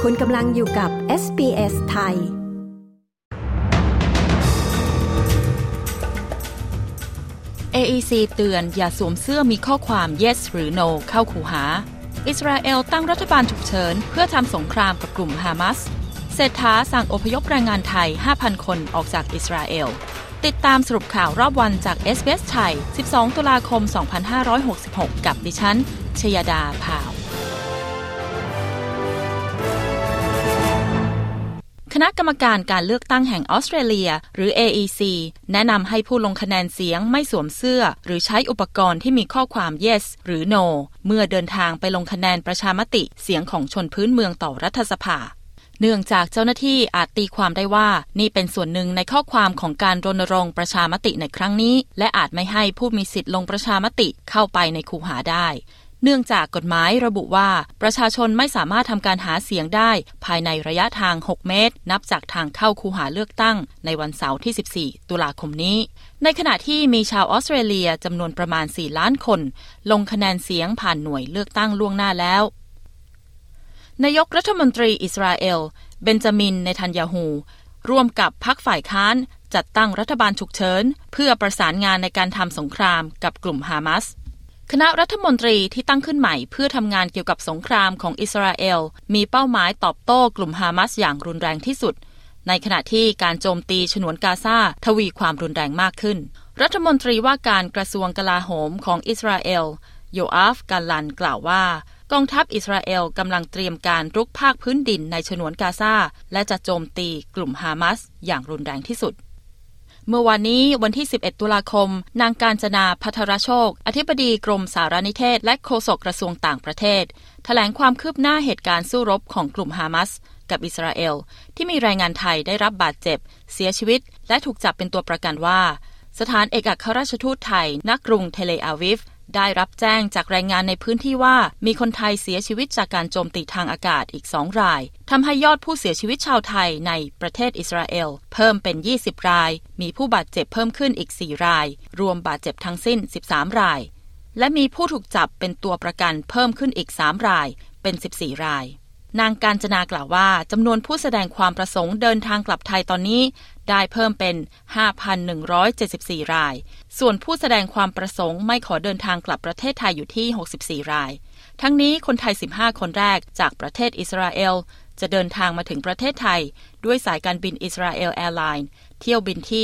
คุณกำลังอยู่กับ SBS ไทย AEC เตือนอย่าสวมเสื้อมีข้อความ yes หรือ no เข้าคูหาอิสราเอลตั้งรัฐบาลฉุกเฉินเพื่อทำสงครามกับกลุ่มฮามาสเศรษฐาสั่งอพยพแรงงานไทย 5,000 คนออกจากอิสราเอลติดตามสรุปข่าวรอบวันจาก SBS ไทย 12 ตุลาคม 2566 กับดิฉันชยดาพาวคณะกรรมการการเลือกตั้งแห่งออสเตรเลียหรือ AEC แนะนำให้ผู้ลงคะแนนเสียงไม่สวมเสื้อหรือใช้อุปกรณ์ที่มีข้อความ yes หรือ no เมื่อเดินทางไปลงคะแนนประชามติเสียงของชนพื้นเมืองต่อรัฐสภาเนื่องจากเจ้าหน้าที่อาจตีความได้ว่านี่เป็นส่วนหนึ่งในข้อความของการรณรงค์ประชามติในครั้งนี้และอาจไม่ให้ผู้มีสิทธิ์ลงประชามติเข้าไปในคูหาได้เนื่องจากกฎหมายระบุว่าประชาชนไม่สามารถทำการหาเสียงได้ภายในระยะทาง 6 เมตรนับจากทางเข้าคูหาเลือกตั้งในวันเสาร์ที่ 14 ตุลาคมนี้ในขณะที่มีชาวออสเตรเลียจำนวนประมาณ 4 ล้านคนลงคะแนนเสียงผ่านหน่วยเลือกตั้งล่วงหน้าแล้วนายกรัฐมนตรีอิสราเอลเบนจามินเนทันยาฮูร่วมกับพรรคฝ่ายค้านจัดตั้งรัฐบาลฉุกเฉินเพื่อประสานงานในการทำสงครามกับกลุ่มฮามาสคณะรัฐมนตรีที่ตั้งขึ้นใหม่เพื่อทำงานเกี่ยวกับสงครามของอิสราเอลมีเป้าหมายตอบโต้กลุ่มฮามาสอย่างรุนแรงที่สุดในขณะที่การโจมตีฉนวนกาซาทวีความรุนแรงมากขึ้นรัฐมนตรีว่าการกระทรวงกลาโหมของอิสราเอลโยอาฟ กาลันกล่าวว่ากองทัพอิสราเอลกำลังเตรียมการรุกภาคพื้นดินในฉนวนกาซาและจะโจมตีกลุ่มฮามาสอย่างรุนแรงที่สุดเมื่อวานนี้วันที่ 11 ตุลาคมนางกาญจนา ภัทรโชคอธิบดีกรมสารนิเทศและโฆษกกระทรวงต่างประเทศแถลงความคืบหน้าเหตุการณ์สู้รบของกลุ่มฮามาสกับอิสราเอลที่มีแรงงานไทยได้รับบาดเจ็บเสียชีวิตและถูกจับเป็นตัวประกันว่าสถานเอกอัครราชทูตไทยณกรุงเทเลอาวิฟได้รับแจ้งจากแรงงานในพื้นที่ว่ามีคนไทยเสียชีวิตจากการโจมตีทางอากาศอีก2 รายทำให้ยอดผู้เสียชีวิตชาวไทยในประเทศอิสราเอลเพิ่มเป็น20 รายมีผู้บาดเจ็บเพิ่มขึ้นอีก4 รายรวมบาดเจ็บทั้งสิ้น13 รายและมีผู้ถูกจับเป็นตัวประกันเพิ่มขึ้นอีก3 รายเป็น14 รายนางกาญจนากล่าวว่าจำนวนผู้แสดงความประสงค์เดินทางกลับไทยตอนนี้ได้เพิ่มเป็น 5,174 รายส่วนผู้แสดงความประสงค์ไม่ขอเดินทางกลับประเทศไทยอยู่ที่64 รายทั้งนี้คนไทย15 คนแรกจากประเทศอิสราเอลจะเดินทางมาถึงประเทศไทยด้วยสายการบินอิสราเอลแอร์ไลน์เที่ยวบินที่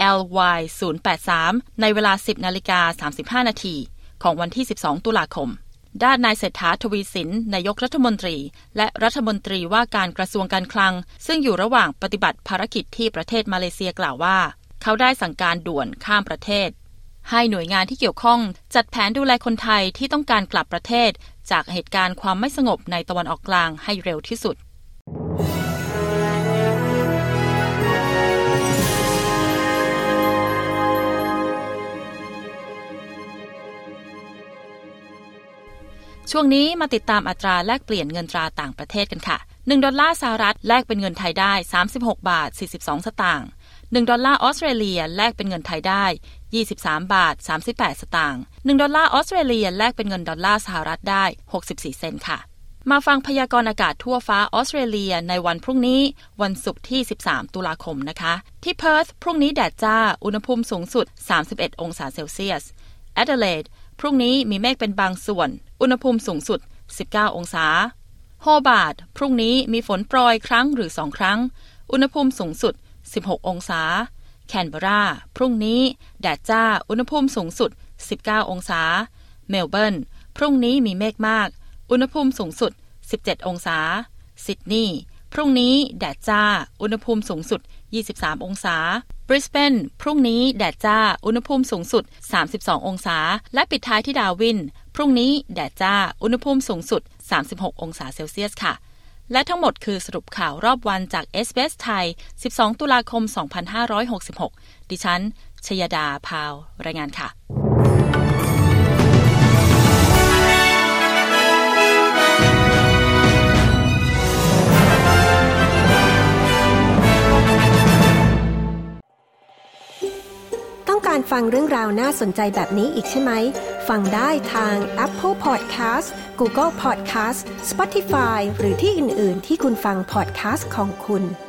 LY083 ในเวลา 10:35 นาทีของวันที่ 12 ตุลาคมด้านนายเศรษฐา ทวีสินนายกรัฐมนตรีและรัฐมนตรีว่าการกระทรวงการคลังซึ่งอยู่ระหว่างปฏิบัติภารกิจที่ประเทศมาเลเซียกล่าวว่าเขาได้สั่งการด่วนข้ามประเทศให้หน่วยงานที่เกี่ยวข้องจัดแผนดูแลคนไทยที่ต้องการกลับประเทศจากเหตุการณ์ความไม่สงบในตะวันออกกลางให้เร็วที่สุดช่วงนี้มาติดตามอัตราแลกเปลี่ยนเงินตราต่างประเทศกันค่ะ1 ดอลลาร์สหรัฐแลกเป็นเงินไทยได้36 บาท 42 สตางค์1 ดอลลาร์ออสเตรเลียแลกเป็นเงินไทยได้23 บาท 38 สตางค์1 ดอลลาร์ออสเตรเลียแลกเป็นเงินดอลลาร์สหรัฐได้64 เซนต์ค่ะมาฟังพยากรณ์อากาศทั่วฟ้าออสเตรเลียในวันพรุ่งนี้วันศุกร์ที่13 ตุลาคมนะคะที่เพิร์ธพรุ่งนี้แดดจ้าอุณหภูมิสูงสุด31 องศาเซลเซียสแอดเดเลดพรุ่งนี้มีเมฆเป็นบางส่วนอุณหภูมิสูงสุด19 องศาโฮบาร์ตพรุ่งนี้มีฝนโปรยครั้งหรือ2 ครั้งอุณหภูมิสูงสุด16 องศาแคนเบอราพรุ่งนี้แดดจ้าอุณหภูมิสูงสุด19 องศาเมลเบิร์นพรุ่งนี้มีเมฆมากอุณหภูมิสูงสุด17 องศาซิดนีย์พรุ่งนี้แดดจ้าอุณหภูมิสูงสุด23 องศาบริสเบนพรุ่งนี้แดดจ้าอุณหภูมิสูงสุด32 องศาและปิดท้ายที่ดาร์วินพรุ่งนี้แดดจ้าอุณหภูมิสูงสุด36 องศาเซลเซียสค่ะและทั้งหมดคือสรุปข่าวรอบวันจาก SBS ไทย12 ตุลาคม 2566ดิฉันชยดาพาวรายงานค่ะต้องการฟังเรื่องราวน่าสนใจแบบนี้อีกใช่ไหมฟังได้ทาง Apple Podcast Google Podcast Spotify หรือที่อื่น ๆ ที่คุณฟัง podcast ของคุณ